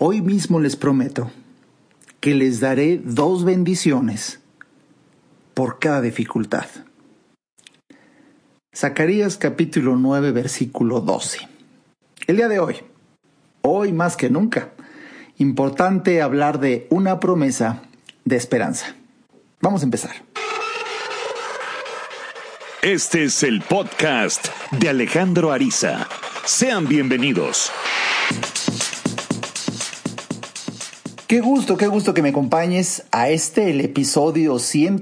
Hoy mismo les prometo que les daré 2 bendiciones por cada dificultad. Zacarías capítulo 9, versículo 12. El día de hoy más que nunca, importante hablar de una promesa de esperanza. Vamos a empezar. Este es el podcast de Alejandro Ariza. Sean bienvenidos. Qué gusto que me acompañes a el episodio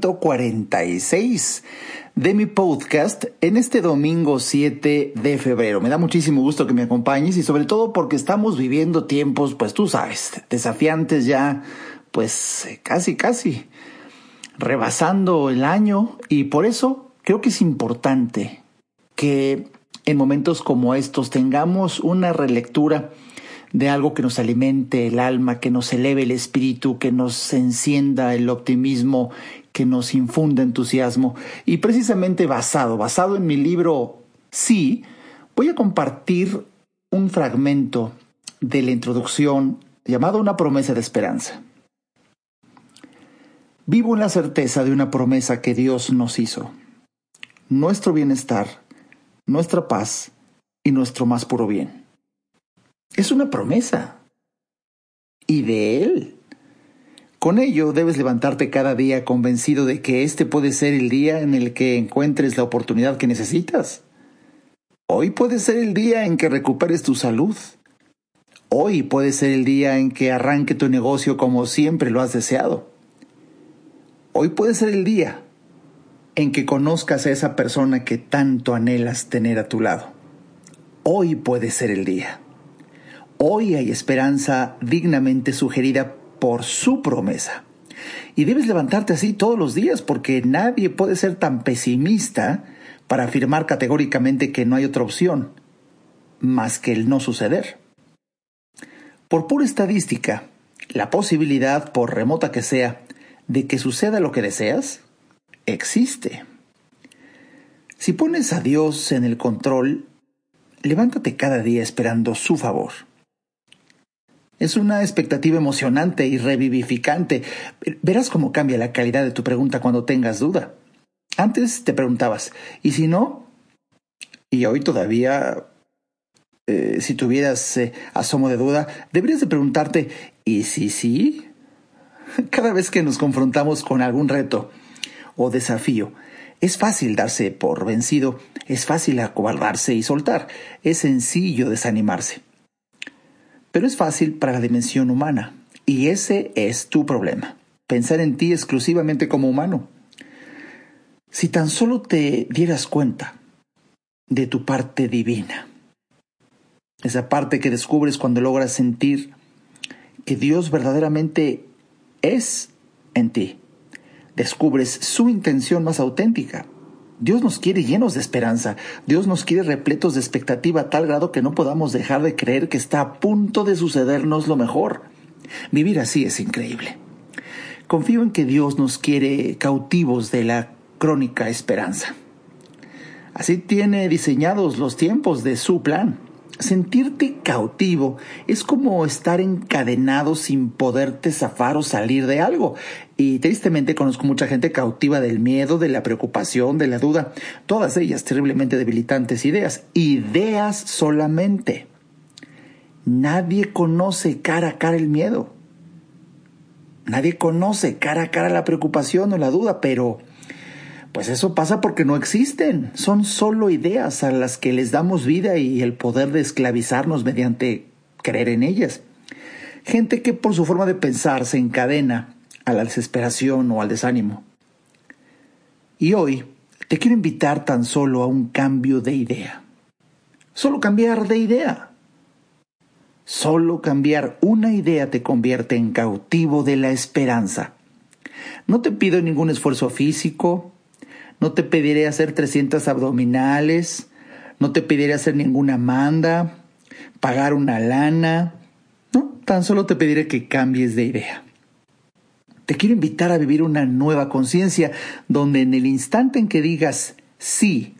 146 de mi podcast en este domingo 7 de febrero. Me da muchísimo gusto que me acompañes y sobre todo porque estamos viviendo tiempos, pues tú sabes, desafiantes ya, pues casi rebasando el año, y por eso creo que es importante que en momentos como estos tengamos una relectura de algo que nos alimente el alma, que nos eleve el espíritu, que nos encienda el optimismo, que nos infunda entusiasmo. Y precisamente basado en mi libro Sí, voy a compartir un fragmento de la introducción llamado Una promesa de esperanza. Vivo en la certeza de una promesa que Dios nos hizo: nuestro bienestar, nuestra paz y nuestro más puro bien. Es una promesa. Y de Él. Con ello debes levantarte cada día convencido de que este puede ser el día en el que encuentres la oportunidad que necesitas. Hoy puede ser el día en que recuperes tu salud. Hoy puede ser el día en que arranque tu negocio como siempre lo has deseado. Hoy puede ser el día en que conozcas a esa persona que tanto anhelas tener a tu lado. Hoy puede ser el día. Hoy hay esperanza dignamente sugerida por su promesa. Y debes levantarte así todos los días, porque nadie puede ser tan pesimista para afirmar categóricamente que no hay otra opción más que el no suceder. Por pura estadística, la posibilidad, por remota que sea, de que suceda lo que deseas, existe. Si pones a Dios en el control, levántate cada día esperando su favor. Es una expectativa emocionante y revivificante. Verás cómo cambia la calidad de tu pregunta cuando tengas duda. Antes te preguntabas, ¿y si no? Y hoy todavía, si tuvieras asomo de duda, deberías de preguntarte, ¿y si sí? Cada vez que nos confrontamos con algún reto o desafío, es fácil darse por vencido, es fácil acobardarse y soltar, es sencillo desanimarse. Pero es fácil para la dimensión humana, y ese es tu problema: pensar en ti exclusivamente como humano. Si tan solo te dieras cuenta de tu parte divina, esa parte que descubres cuando logras sentir que Dios verdaderamente es en ti, descubres su intención más auténtica. Dios nos quiere llenos de esperanza. Dios nos quiere repletos de expectativa a tal grado que no podamos dejar de creer que está a punto de sucedernos lo mejor. Vivir así es increíble. Confío en que Dios nos quiere cautivos de la crónica esperanza. Así tiene diseñados los tiempos de su plan. Sentirte cautivo es como estar encadenado sin poderte zafar o salir de algo. Y tristemente conozco mucha gente cautiva del miedo, de la preocupación, de la duda. Todas ellas terriblemente debilitantes ideas. Ideas solamente. Nadie conoce cara a cara el miedo. Nadie conoce cara a cara la preocupación o la duda, pero pues eso pasa porque no existen. Son solo ideas a las que les damos vida y el poder de esclavizarnos mediante creer en ellas. Gente que por su forma de pensar se encadena a la desesperación o al desánimo. Y hoy te quiero invitar tan solo a un cambio de idea. Solo cambiar de idea. Solo cambiar una idea te convierte en cautivo de la esperanza. No te pido ningún esfuerzo físico. No te pediré hacer 300 abdominales, no te pediré hacer ninguna manda, pagar una lana. No, tan solo te pediré que cambies de idea. Te quiero invitar a vivir una nueva conciencia donde en el instante en que digas sí,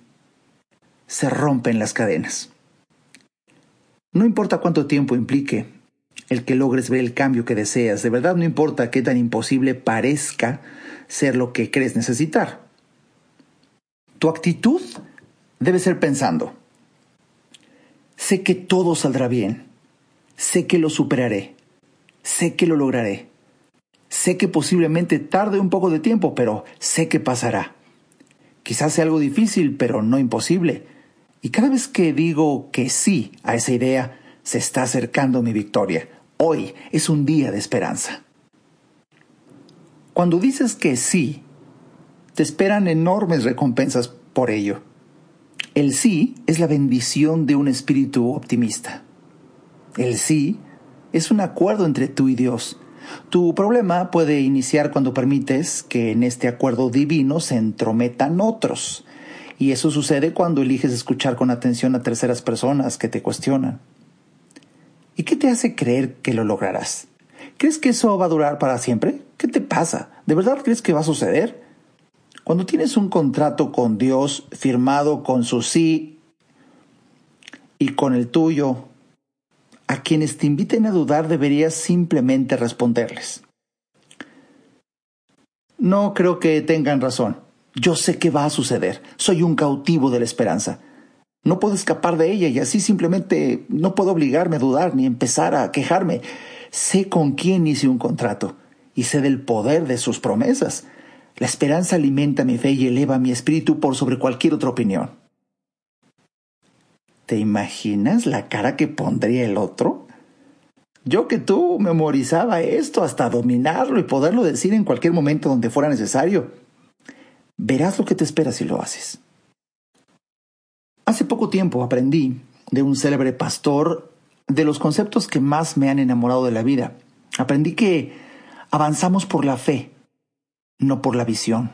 se rompen las cadenas. No importa cuánto tiempo implique, el que logres ver el cambio que deseas. De verdad no importa qué tan imposible parezca ser lo que crees necesitar. Tu actitud debe ser pensando: sé que todo saldrá bien, sé que lo superaré, sé que lo lograré, sé que posiblemente tarde un poco de tiempo, pero sé que pasará. Quizás sea algo difícil, pero no imposible. Y cada vez que digo que sí a esa idea, se está acercando mi victoria. Hoy es un día de esperanza. Cuando dices que sí, te esperan enormes recompensas por ello. El sí es la bendición de un espíritu optimista. El sí es un acuerdo entre tú y Dios. Tu problema puede iniciar cuando permites que en este acuerdo divino se entrometan otros. Y eso sucede cuando eliges escuchar con atención a terceras personas que te cuestionan. ¿Y qué te hace creer que lo lograrás? ¿Crees que eso va a durar para siempre? ¿Qué te pasa? ¿De verdad crees que va a suceder? Cuando tienes un contrato con Dios firmado con su sí y con el tuyo, a quienes te inviten a dudar deberías simplemente responderles: no creo que tengan razón. Yo sé que va a suceder. Soy un cautivo de la esperanza. No puedo escapar de ella y así simplemente no puedo obligarme a dudar ni empezar a quejarme. Sé con quién hice un contrato y sé del poder de sus promesas. La esperanza alimenta mi fe y eleva mi espíritu por sobre cualquier otra opinión. ¿Te imaginas la cara que pondría el otro? Yo que tú memorizaba esto hasta dominarlo y poderlo decir en cualquier momento donde fuera necesario. Verás lo que te espera si lo haces. Hace poco tiempo aprendí de un célebre pastor de los conceptos que más me han enamorado de la vida. Aprendí que avanzamos por la fe, no por la visión.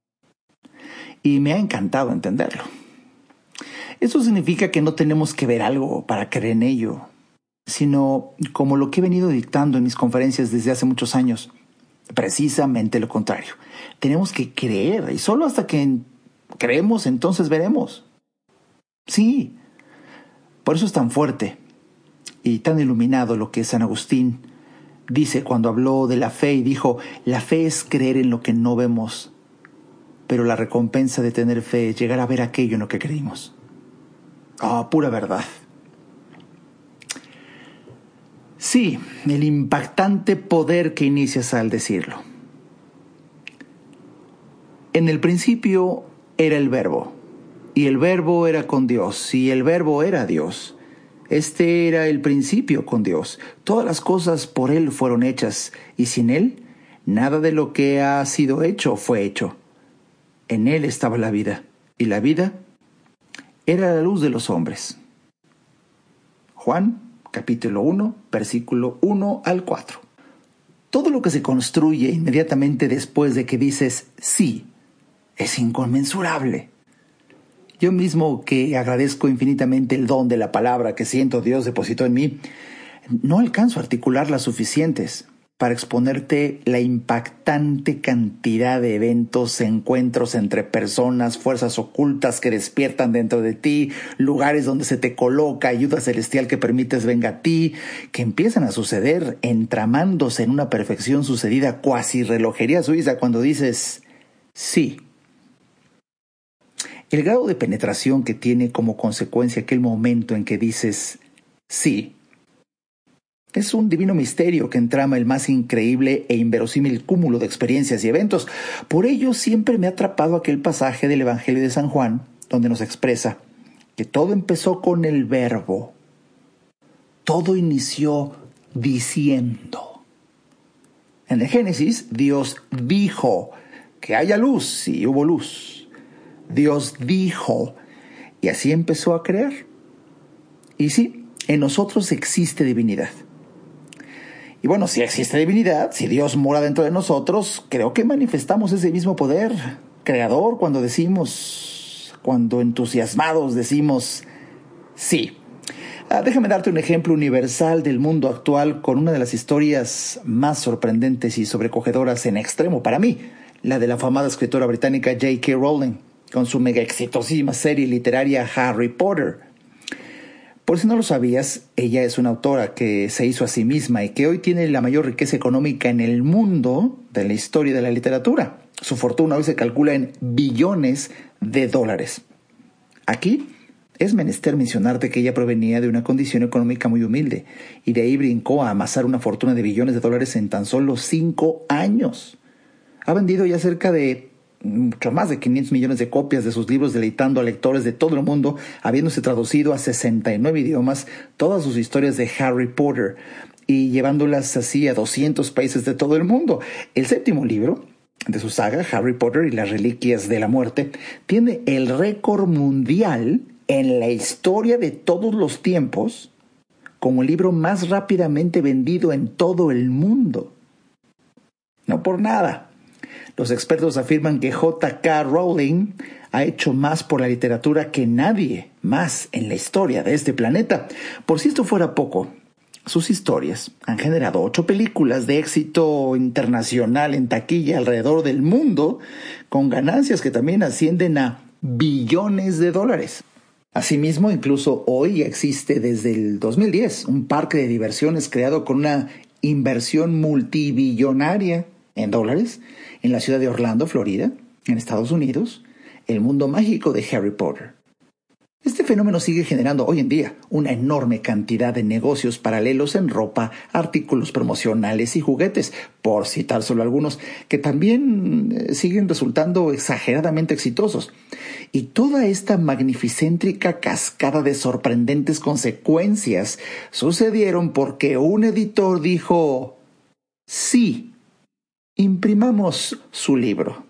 Y me ha encantado entenderlo. Eso significa que no tenemos que ver algo para creer en ello, sino como lo que he venido dictando en mis conferencias desde hace muchos años. Precisamente lo contrario. Tenemos que creer y solo hasta que creemos entonces veremos. Sí, por eso es tan fuerte y tan iluminado lo que San Agustín dice cuando habló de la fe y dijo: la fe es creer en lo que no vemos, pero la recompensa de tener fe es llegar a ver aquello en lo que creímos. Pura verdad. Sí, el impactante poder que inicias al decirlo. En el principio era el Verbo, y el Verbo era con Dios, y el Verbo era Dios. Este era el principio con Dios. Todas las cosas por Él fueron hechas, y sin Él, nada de lo que ha sido hecho fue hecho. En Él estaba la vida, y la vida era la luz de los hombres. Juan, capítulo 1, versículo 1 al 4. Todo lo que se construye inmediatamente después de que dices sí es inconmensurable. Yo mismo, que agradezco infinitamente el don de la palabra que siento Dios depositó en mí, no alcanzo a articular las suficientes para exponerte la impactante cantidad de eventos, encuentros entre personas, fuerzas ocultas que despiertan dentro de ti, lugares donde se te coloca ayuda celestial que permites venga a ti, que empiezan a suceder entramándose en una perfección sucedida cuasi relojería suiza cuando dices sí. El grado de penetración que tiene como consecuencia aquel momento en que dices sí es un divino misterio que entrama el más increíble e inverosímil cúmulo de experiencias y eventos. Por ello siempre me ha atrapado aquel pasaje del Evangelio de San Juan, donde nos expresa que todo empezó con el Verbo. Todo inició diciendo. En el Génesis, Dios dijo que haya luz y hubo luz. Dios dijo y así empezó a crear. Y sí, en nosotros existe divinidad. Y bueno, si existe divinidad, si Dios mora dentro de nosotros, creo que manifestamos ese mismo poder creador cuando entusiasmados decimos sí. Déjame darte un ejemplo universal del mundo actual con una de las historias más sorprendentes y sobrecogedoras en extremo para mí, la de la afamada escritora británica J.K. Rowling, con su mega exitosísima serie literaria Harry Potter. Por si no lo sabías, ella es una autora que se hizo a sí misma y que hoy tiene la mayor riqueza económica en el mundo de la historia de la literatura. Su fortuna hoy se calcula en billones de dólares. Aquí es menester mencionarte que ella provenía de una condición económica muy humilde y de ahí brincó a amasar una fortuna de billones de dólares en tan solo 5 años. Ha vendido ya cerca de mucho más de 500 millones de copias de sus libros, deleitando a lectores de todo el mundo, habiéndose traducido a 69 idiomas todas sus historias de Harry Potter y llevándolas así a 200 países de todo el mundo. El 7º libro de su saga, Harry Potter y las Reliquias de la Muerte, tiene el récord mundial en la historia de todos los tiempos como el libro más rápidamente vendido en todo el mundo. No por nada. Los expertos afirman que J.K. Rowling ha hecho más por la literatura que nadie más en la historia de este planeta. Por si esto fuera poco, sus historias han generado 8 películas de éxito internacional en taquilla alrededor del mundo, con ganancias que también ascienden a billones de dólares. Asimismo, incluso hoy existe desde el 2010 un parque de diversiones creado con una inversión multibillonaria en dólares en la ciudad de Orlando, Florida, en Estados Unidos, el mundo mágico de Harry Potter. Este fenómeno sigue generando hoy en día una enorme cantidad de negocios paralelos en ropa, artículos promocionales y juguetes, por citar solo algunos, que también siguen resultando exageradamente exitosos. Y toda esta magnificéntrica cascada de sorprendentes consecuencias sucedieron porque un editor dijo: sí, imprimamos su libro.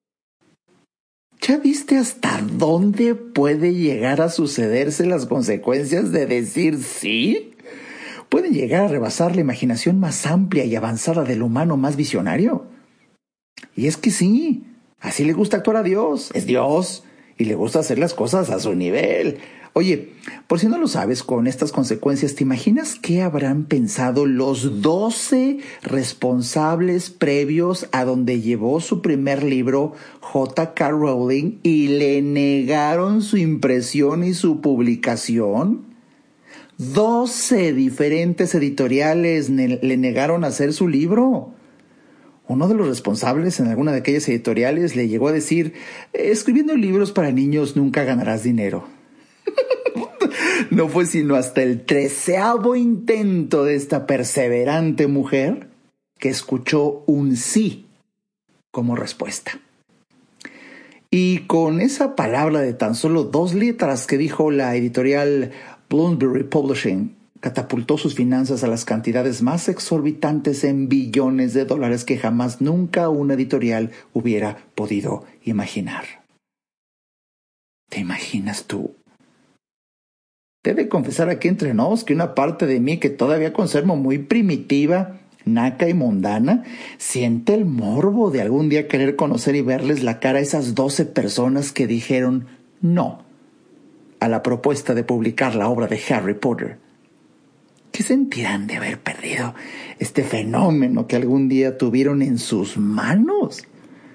¿Ya viste hasta dónde puede llegar a sucederse las consecuencias de decir sí? Pueden llegar a rebasar la imaginación más amplia y avanzada del humano más visionario. Y es que sí, así le gusta actuar a Dios, es Dios, y le gusta hacer las cosas a su nivel. Oye, por si no lo sabes, con estas consecuencias, ¿te imaginas qué habrán pensado los 12 responsables previos a donde llevó su primer libro J.K. Rowling y le negaron su impresión y su publicación? 12 diferentes editoriales le negaron hacer su libro. Uno de los responsables en alguna de aquellas editoriales le llegó a decir: escribiendo libros para niños nunca ganarás dinero. No fue sino hasta el 13º intento de esta perseverante mujer que escuchó un sí como respuesta. Y con esa palabra de tan solo 2 letras que dijo la editorial Bloomsbury Publishing, catapultó sus finanzas a las cantidades más exorbitantes en billones de dólares que jamás nunca una editorial hubiera podido imaginar. ¿Te imaginas tú? Debe confesar aquí entre nos que una parte de mí que todavía conservo muy primitiva, naca y mundana, siente el morbo de algún día querer conocer y verles la cara a esas 12 personas que dijeron no a la propuesta de publicar la obra de Harry Potter. ¿Qué sentirán de haber perdido este fenómeno que algún día tuvieron en sus manos?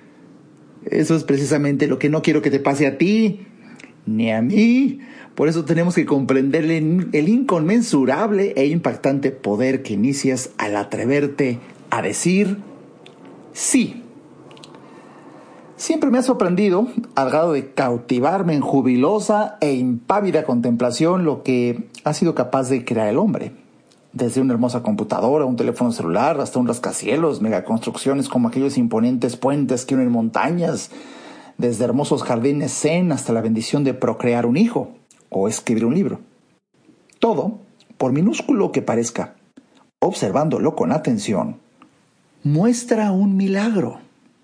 Eso es precisamente lo que no quiero que te pase a ti, ni a mí. Por eso tenemos que comprender el inconmensurable e impactante poder que inicias al atreverte a decir sí. Siempre me ha sorprendido, al grado de cautivarme en jubilosa e impávida contemplación, lo que ha sido capaz de crear el hombre. Desde una hermosa computadora, un teléfono celular, hasta un rascacielos, megaconstrucciones como aquellos imponentes puentes que unen montañas, desde hermosos jardines zen hasta la bendición de procrear un hijo o escribir un libro. Todo, por minúsculo que parezca, observándolo con atención, muestra un milagro.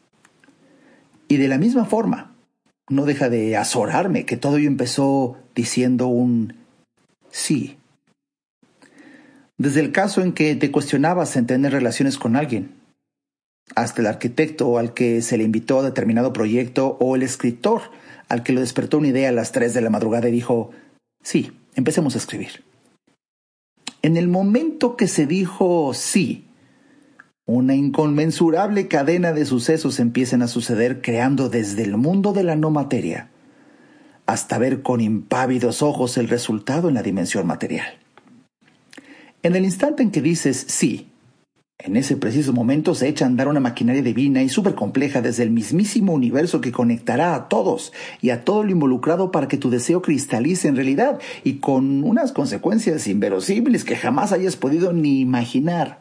Y de la misma forma, no deja de azorarme que todo ello empezó diciendo un sí. Desde el caso en que te cuestionabas en tener relaciones con alguien, hasta el arquitecto al que se le invitó a determinado proyecto o el escritor al que le despertó una idea a las 3 de la madrugada y dijo, sí, empecemos a escribir. En el momento que se dijo sí, una inconmensurable cadena de sucesos empiezan a suceder creando desde el mundo de la no materia hasta ver con impávidos ojos el resultado en la dimensión material. En el instante en que dices sí, en ese preciso momento se echa a andar una maquinaria divina y súper compleja desde el mismísimo universo que conectará a todos y a todo lo involucrado para que tu deseo cristalice en realidad y con unas consecuencias inverosímiles que jamás hayas podido ni imaginar.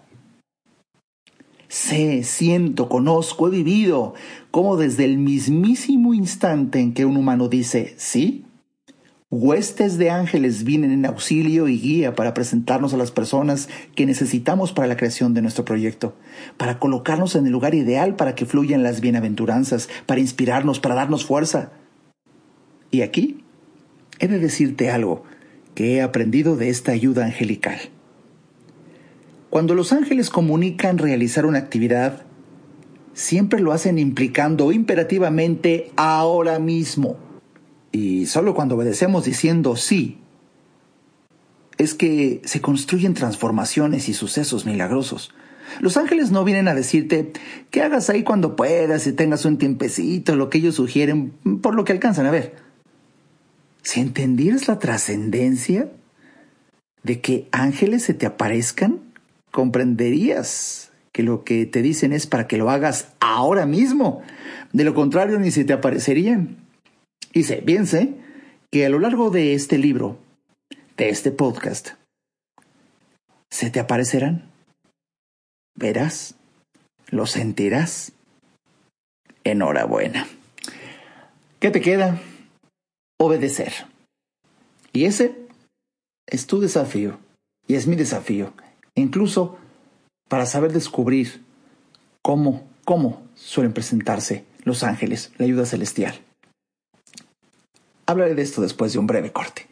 Sé, siento, conozco, he vivido cómo desde el mismísimo instante en que un humano dice sí, huestes de ángeles vienen en auxilio y guía para presentarnos a las personas que necesitamos para la creación de nuestro proyecto, para colocarnos en el lugar ideal para que fluyan las bienaventuranzas, para inspirarnos, para darnos fuerza. Y aquí he de decirte algo que he aprendido de esta ayuda angelical. Cuando los ángeles comunican realizar una actividad, siempre lo hacen implicando imperativamente ahora mismo. Y solo cuando obedecemos diciendo sí, es que se construyen transformaciones y sucesos milagrosos. Los ángeles no vienen a decirte que hagas ahí cuando puedas y tengas un tiempecito, lo que ellos sugieren, por lo que alcanzan a ver. Si entendieras la trascendencia de que ángeles se te aparezcan, comprenderías que lo que te dicen es para que lo hagas ahora mismo. De lo contrario, ni se te aparecerían. Y sé, bien sé, que a lo largo de este libro, de este podcast, se te aparecerán. Verás, lo sentirás. Enhorabuena. ¿Qué te queda? Obedecer. Y ese es tu desafío, y es mi desafío, incluso para saber descubrir cómo suelen presentarse los ángeles, la ayuda celestial. Hablaré de esto después de un breve corte.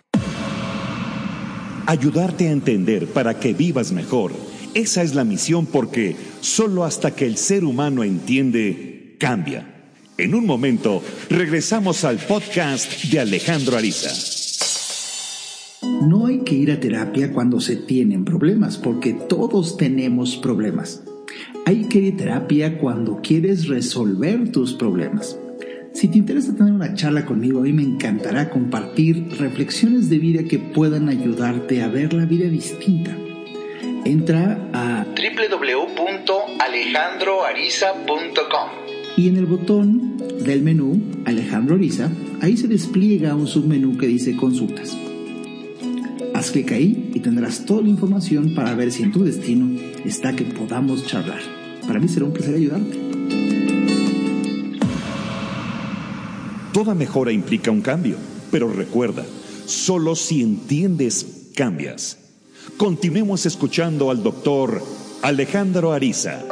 Ayudarte a entender para que vivas mejor. Esa es la misión, porque solo hasta que el ser humano entiende, cambia. En un momento, regresamos al podcast de Alejandro Ariza. No hay que ir a terapia cuando se tienen problemas, porque todos tenemos problemas. Hay que ir a terapia cuando quieres resolver tus problemas. Si te interesa tener una charla conmigo, a mí me encantará compartir reflexiones de vida que puedan ayudarte a ver la vida distinta. Entra a www.alejandroariza.com y en el botón del menú Alejandro Ariza, ahí se despliega un submenú que dice Consultas. Haz clic ahí y tendrás toda la información para ver si en tu destino está que podamos charlar. Para mí será un placer ayudarte. Toda mejora implica un cambio, pero recuerda, solo si entiendes, cambias. Continuemos escuchando al doctor Alejandro Ariza.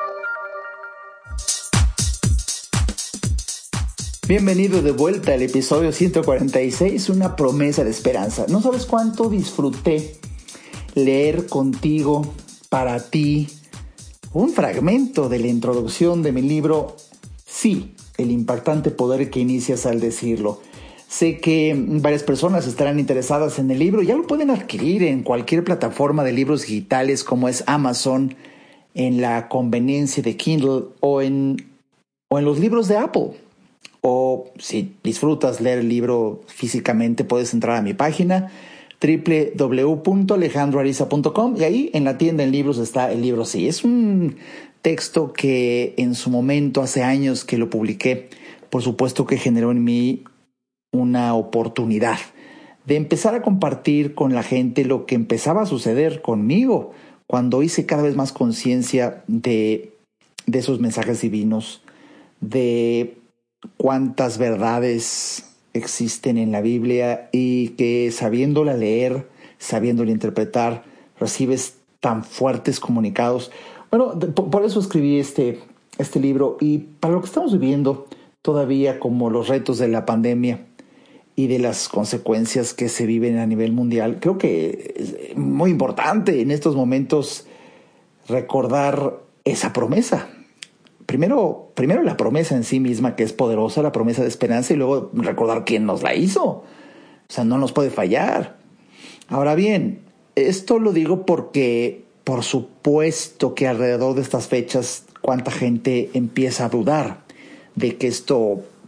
Bienvenido de vuelta al episodio 146, una promesa de esperanza. No sabes cuánto disfruté leer contigo, para ti, un fragmento de la introducción de mi libro Sí, el impactante poder que inicias al decirlo. Sé que varias personas estarán interesadas en el libro. Ya lo pueden adquirir en cualquier plataforma de libros digitales como es Amazon, en la conveniencia de Kindle o en los libros de Apple. O si disfrutas leer el libro físicamente, puedes entrar a mi página www.alejandroariza.com y ahí en la tienda en libros está el libro Sí. Es un texto que en su momento, hace años que lo publiqué, por supuesto que generó en mí una oportunidad de empezar a compartir con la gente lo que empezaba a suceder conmigo cuando hice cada vez más conciencia de esos mensajes divinos, de cuántas verdades existen en la Biblia y que sabiéndola leer, sabiéndola interpretar, recibes tan fuertes comunicados. Bueno, por eso escribí este libro, y para lo que estamos viviendo todavía, como los retos de la pandemia y de las consecuencias que se viven a nivel mundial, creo que es muy importante en estos momentos recordar esa promesa. Primero la promesa en sí misma, que es poderosa, la promesa de esperanza, y luego recordar quién nos la hizo. O sea, no nos puede fallar. Ahora bien, esto lo digo porque, por supuesto que alrededor de estas fechas, cuánta gente empieza a dudar de que esto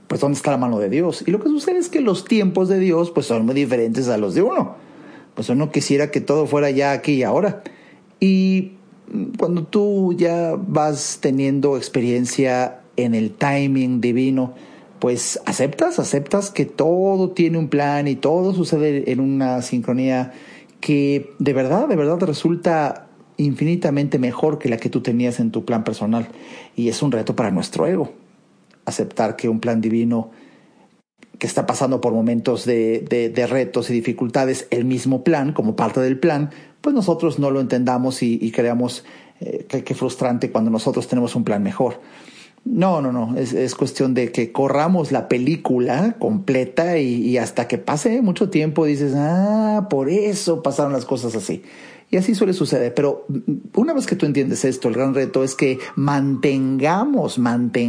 pues ¿dónde está la mano de Dios? Y lo que sucede es que los tiempos de Dios pues son muy diferentes a los de uno. Pues uno quisiera que todo fuera ya aquí y ahora. Y cuando tú ya vas teniendo experiencia en el timing divino, pues aceptas que todo tiene un plan y todo sucede en una sincronía que de verdad resulta infinitamente mejor que la que tú tenías en tu plan personal. Y es un reto para nuestro ego, aceptar que un plan divino que está pasando por momentos de retos y dificultades, el mismo plan, como parte del plan, pues nosotros no lo entendamos y creamos que frustrante cuando nosotros tenemos un plan mejor. No, es cuestión de que corramos la película completa y hasta que pase mucho tiempo dices, por eso pasaron las cosas así. Y así suele suceder, pero una vez que tú entiendes esto, el gran reto es que mantengamos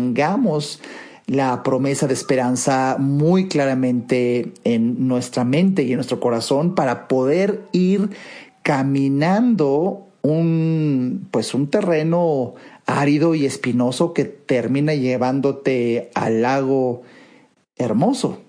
la promesa de esperanza muy claramente en nuestra mente y en nuestro corazón para poder ir caminando un terreno árido y espinoso que termina llevándote al lago hermoso.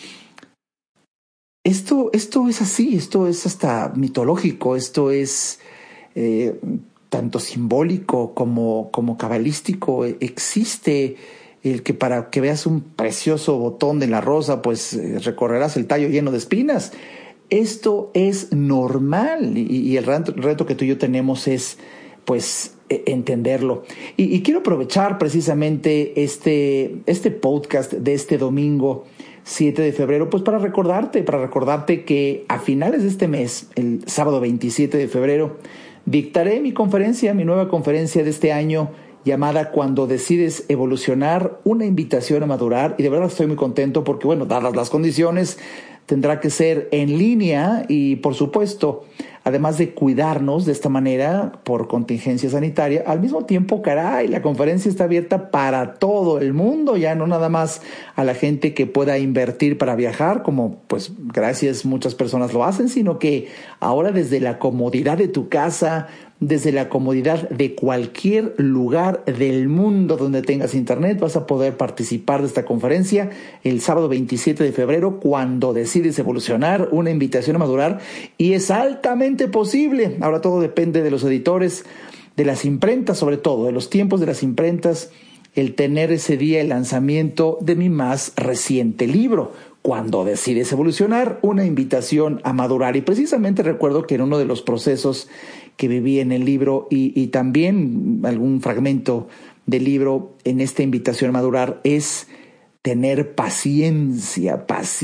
Esto es así, esto es hasta mitológico, esto es tanto simbólico como cabalístico. Existe el que para que veas un precioso botón de la rosa, pues recorrerás el tallo lleno de espinas. Esto es normal y el reto que tú y yo tenemos es pues entenderlo. Y quiero aprovechar precisamente este podcast de este domingo 7 de febrero, pues para recordarte que a finales de este mes, el sábado 27 de febrero, dictaré mi nueva conferencia de este año llamada Cuando decides evolucionar, una invitación a madurar. Y de verdad estoy muy contento porque, bueno, dadas las condiciones, tendrá que ser en línea y, por supuesto, además de cuidarnos de esta manera por contingencia sanitaria, al mismo tiempo, la conferencia está abierta para todo el mundo, ya no nada más a la gente que pueda invertir para viajar, como pues gracias muchas personas lo hacen, sino que ahora desde la comodidad de tu casa, desde la comodidad de cualquier lugar del mundo donde tengas internet, vas a poder participar de esta conferencia el sábado 27 de febrero, Cuando decides evolucionar, una invitación a madurar, y es altamente posible. Ahora todo depende de los editores, de las imprentas, sobre todo, de los tiempos de las imprentas, el tener ese día el lanzamiento de mi más reciente libro, Cuando decides evolucionar, una invitación a madurar. Y precisamente recuerdo que en uno de los procesos que viví en el libro y también algún fragmento del libro en esta invitación a madurar es tener paciencia,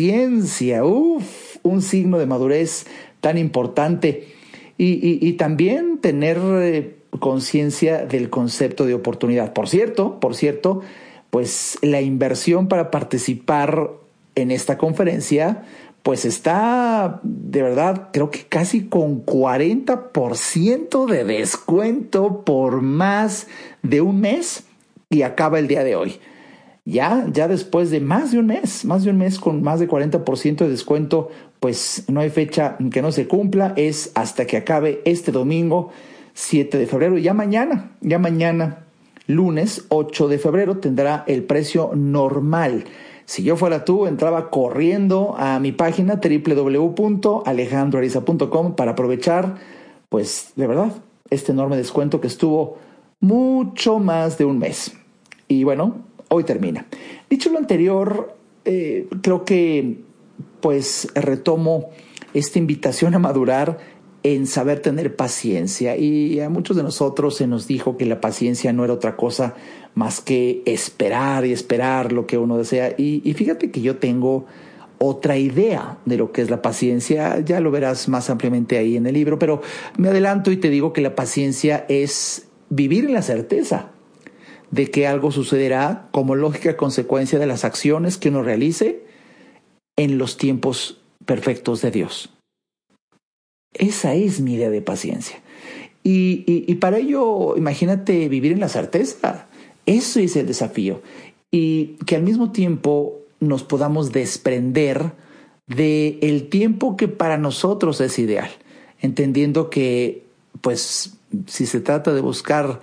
un signo de madurez tan importante y también tener conciencia del concepto de oportunidad. Por cierto, pues la inversión para participar en esta conferencia pues está, de verdad, creo que casi con 40% de descuento por más de un mes y acaba el día de hoy. Ya después de más de un mes con más de 40% de descuento, pues no hay fecha que no se cumpla, es hasta que acabe este domingo 7 de febrero. Ya mañana, lunes 8 de febrero, tendrá el precio normal. Si yo fuera tú, entraba corriendo a mi página www.alejandroariza.com para aprovechar, pues, de verdad, este enorme descuento que estuvo mucho más de un mes. Y bueno, hoy termina. Dicho lo anterior, creo que, pues, retomo esta invitación a madurar en saber tener paciencia. Y a muchos de nosotros se nos dijo que la paciencia no era otra cosa más que esperar y esperar lo que uno desea. Y fíjate que yo tengo otra idea de lo que es la paciencia. Ya lo verás más ampliamente ahí en el libro, pero me adelanto y te digo que la paciencia es vivir en la certeza de que algo sucederá como lógica consecuencia de las acciones que uno realice en los tiempos perfectos de Dios. Esa es mi idea de paciencia. Y para ello, imagínate vivir en la certeza. Eso es el desafío. Y que al mismo tiempo nos podamos desprender del tiempo que para nosotros es ideal. Entendiendo que, pues, si se trata de buscar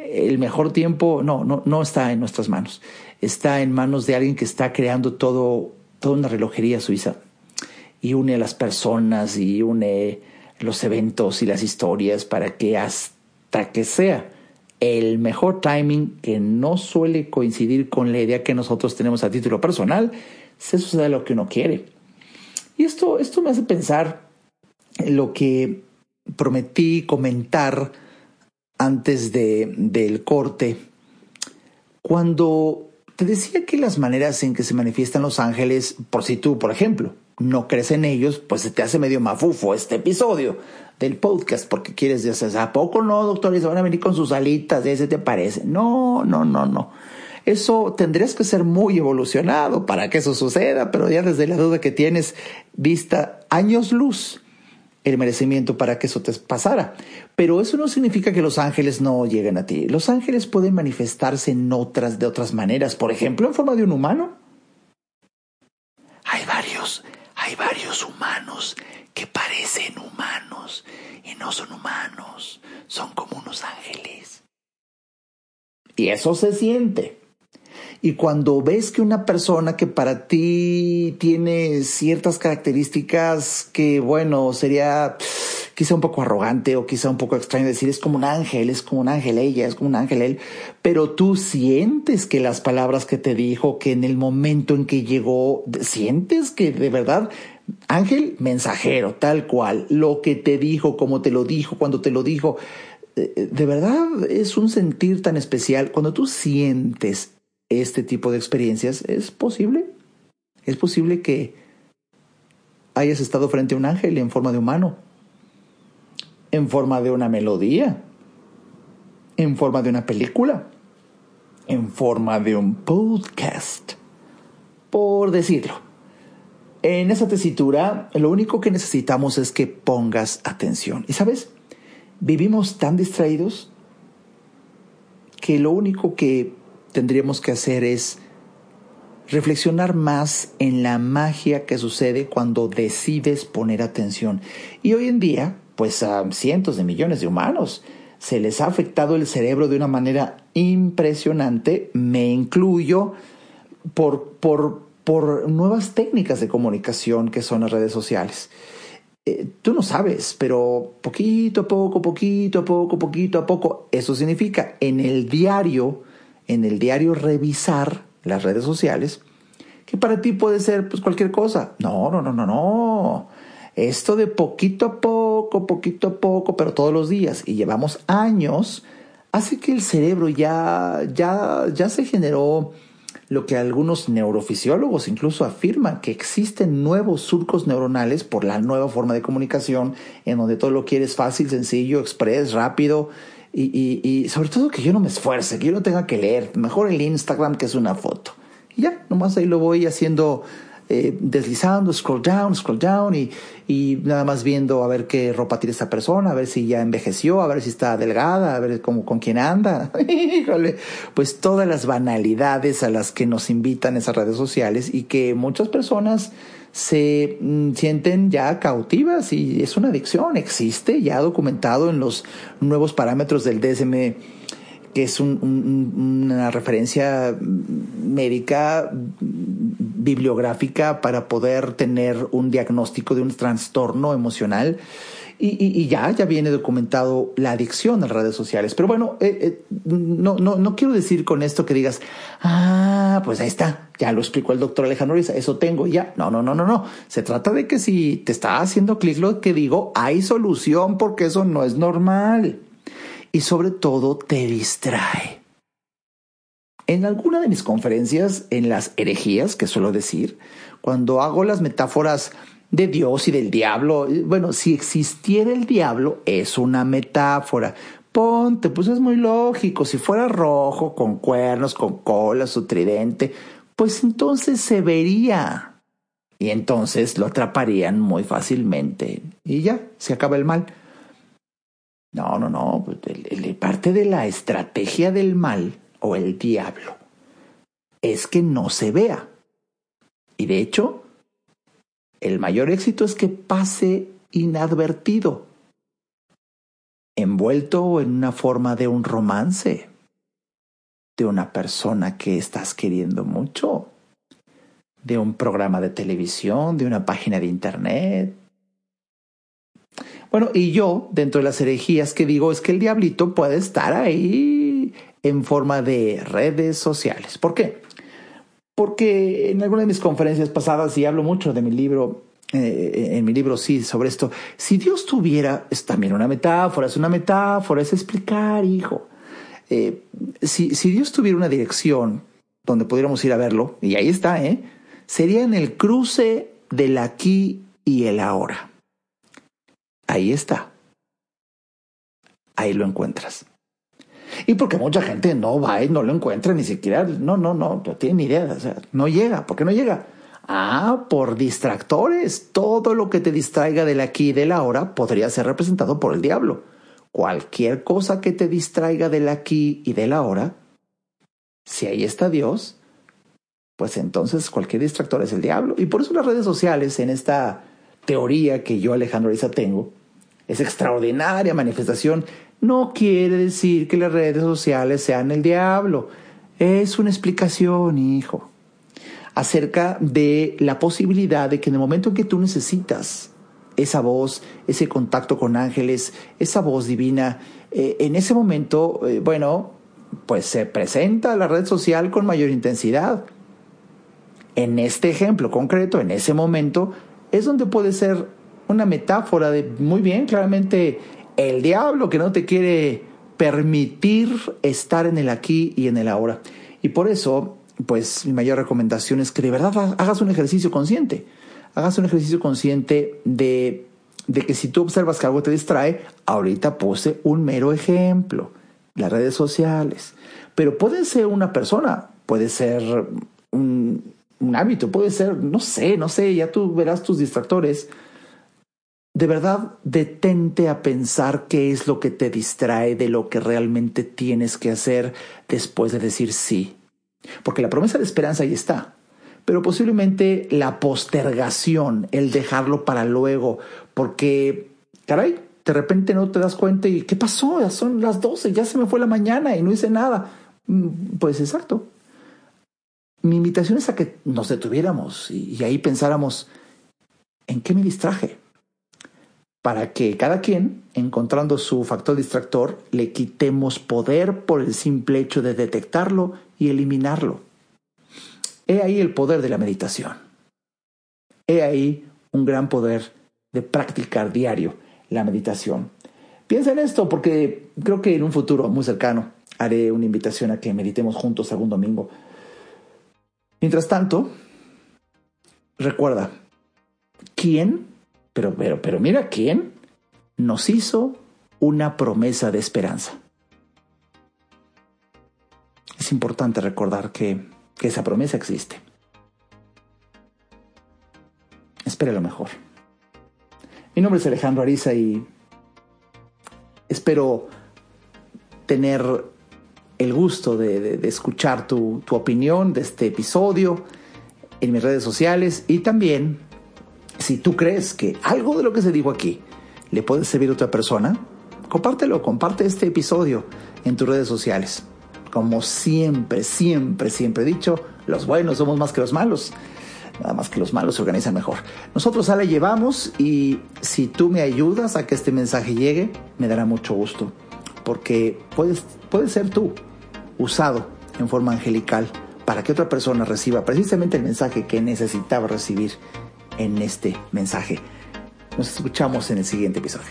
el mejor tiempo no está en nuestras manos. Está en manos de alguien que está creando toda una relojería suiza y une a las personas y une los eventos y las historias para que hasta que sea el mejor timing, que no suele coincidir con la idea que nosotros tenemos a título personal, se sucede lo que uno quiere. Y esto me hace pensar en lo que prometí comentar antes del corte, cuando te decía que las maneras en que se manifiestan los ángeles, por si tú, por ejemplo, no crees en ellos, pues se te hace medio mafufo este episodio del podcast, porque quieres decir, ¿a poco no, doctor? Y se van a venir con sus alitas, ¿ese te parece? No. Eso tendrías que ser muy evolucionado para que eso suceda, pero ya desde la duda que tienes vista años luz el merecimiento para que eso te pasara. Pero eso no significa que los ángeles no lleguen a ti. Los ángeles pueden manifestarse de otras maneras, por ejemplo, en forma de un humano. Hay varios humanos que parecen humanos y no son humanos, son como unos ángeles. Y eso se siente. Y cuando ves que una persona que para ti tiene ciertas características que, bueno, sería quizá un poco arrogante o quizá un poco extraño decir, es como un ángel ella, es como un ángel él, pero tú sientes que las palabras que te dijo, que en el momento en que llegó, sientes que de verdad, ángel mensajero, tal cual, lo que te dijo, como te lo dijo, cuando te lo dijo, de verdad es un sentir tan especial. Cuando tú sientes este tipo de experiencias, es posible que hayas estado frente a un ángel en forma de humano, en forma de una melodía, en forma de una película, en forma de un podcast, por decirlo. En esa tesitura, lo único que necesitamos es que pongas atención. Y ¿sabes? Vivimos tan distraídos que lo único que tendríamos que hacer es reflexionar más en la magia que sucede cuando decides poner atención. Y hoy en día, pues a cientos de millones de humanos se les ha afectado el cerebro de una manera impresionante, me incluyo, por nuevas técnicas de comunicación que son las redes sociales. Tú no sabes, pero poquito a poco, eso significa en el diario revisar las redes sociales, que para ti puede ser pues cualquier cosa. No. Esto de poquito a poco, pero todos los días, y llevamos años, hace que el cerebro ya se generó lo que algunos neurofisiólogos incluso afirman, que existen nuevos surcos neuronales por la nueva forma de comunicación, en donde todo lo quieres fácil, sencillo, express, rápido, y sobre todo que yo no me esfuerce, que yo no tenga que leer, mejor el Instagram, que es una foto. Y ya, nomás ahí lo voy haciendo, deslizando, scroll down y nada más viendo a ver qué ropa tiene esta persona, a ver si ya envejeció, a ver si está delgada, a ver con quién anda. Híjole, pues todas las banalidades a las que nos invitan esas redes sociales y que muchas personas se sienten ya cautivas, y es una adicción, existe ya documentado en los nuevos parámetros del DSM, que es una referencia médica bibliográfica para poder tener un diagnóstico de un trastorno emocional. Y ya viene documentado la adicción a las redes sociales. Pero bueno, no quiero decir con esto que digas, pues ahí está, ya lo explicó el doctor Alejandro Ariza, eso tengo ya. No. Se trata de que si te está haciendo clic lo que digo, hay solución, porque eso no es normal. Y sobre todo te distrae. En alguna de mis conferencias, en las herejías, que suelo decir, cuando hago las metáforas de Dios y del diablo, bueno, si existiera el diablo, es una metáfora. Ponte, pues es muy lógico, si fuera rojo, con cuernos, con cola, su tridente, pues entonces se vería. Y entonces lo atraparían muy fácilmente. Y ya, se acaba el mal. No, pues parte de la estrategia del mal o el diablo es que no se vea. Y de hecho, el mayor éxito es que pase inadvertido, envuelto en una forma de un romance, de una persona que estás queriendo mucho, de un programa de televisión, de una página de internet. Bueno, y yo, dentro de las herejías que digo, es que el diablito puede estar ahí en forma de redes sociales. ¿Por qué? Porque en alguna de mis conferencias pasadas, y hablo mucho de mi libro, en mi libro sí, sobre esto, si Dios tuviera, es también una metáfora, es explicar, hijo. Si Dios tuviera una dirección donde pudiéramos ir a verlo, y ahí está, sería en el cruce del aquí y el ahora. Ahí está. Ahí lo encuentras. Y porque mucha gente no va y no lo encuentra ni siquiera, no tiene ni idea, o sea, no llega. ¿Por qué no llega? Por distractores. Todo lo que te distraiga del aquí y del ahora podría ser representado por el diablo. Cualquier cosa que te distraiga del aquí y del ahora, si ahí está Dios, pues entonces cualquier distractor es el diablo. Y por eso las redes sociales, en esta teoría que yo, Alejandro Ariza, tengo, esa extraordinaria manifestación, no quiere decir que las redes sociales sean el diablo. Es una explicación, hijo, acerca de la posibilidad de que en el momento en que tú necesitas esa voz, ese contacto con ángeles, esa voz divina, en ese momento, pues se presenta la red social con mayor intensidad. En este ejemplo concreto, en ese momento, es donde puede ser una metáfora de, muy bien, claramente, el diablo que no te quiere permitir estar en el aquí y en el ahora. Y por eso, pues, mi mayor recomendación es que de verdad hagas un ejercicio consciente. Hagas un ejercicio consciente de que si tú observas que algo te distrae, ahorita puse un mero ejemplo, las redes sociales. Pero puede ser una persona, puede ser un hábito, puede ser, no sé, ya tú verás tus distractores. De verdad, detente a pensar qué es lo que te distrae de lo que realmente tienes que hacer después de decir sí. Porque la promesa de esperanza ahí está. Pero posiblemente la postergación, el dejarlo para luego, porque, caray, de repente no te das cuenta y ¿qué pasó? Ya son las 12, ya se me fue la mañana y no hice nada. Pues exacto. Mi invitación es a que nos detuviéramos y ahí pensáramos, ¿en qué me distraje? Para que cada quien, encontrando su factor distractor, le quitemos poder por el simple hecho de detectarlo y eliminarlo. He ahí el poder de la meditación. He ahí un gran poder de practicar diario la meditación. Piensa en esto porque creo que en un futuro muy cercano haré una invitación a que meditemos juntos algún domingo. Mientras tanto, recuerda, ¿quién? Pero mira, ¿quién nos hizo una promesa de esperanza? Es importante recordar que esa promesa existe. Espera lo mejor. Mi nombre es Alejandro Ariza y espero tener el gusto de escuchar tu opinión de este episodio en mis redes sociales y también, si tú crees que algo de lo que se dijo aquí le puede servir a otra persona, comparte este episodio en tus redes sociales. Como siempre he dicho, los buenos somos más que los malos. Nada más que los malos se organizan mejor. Nosotros la llevamos y si tú me ayudas a que este mensaje llegue, me dará mucho gusto. Porque puedes ser tú usado en forma angelical para que otra persona reciba precisamente el mensaje que necesitaba recibir en este mensaje. Nos escuchamos en el siguiente episodio.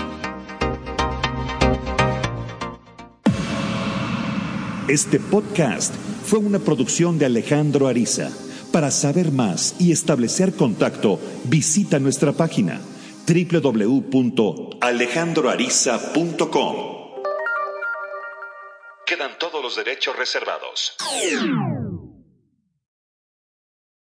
Este podcast fue una producción de Alejandro Ariza. Para saber más y establecer contacto, visita nuestra página www.alejandroariza.com. Quedan todos los derechos reservados.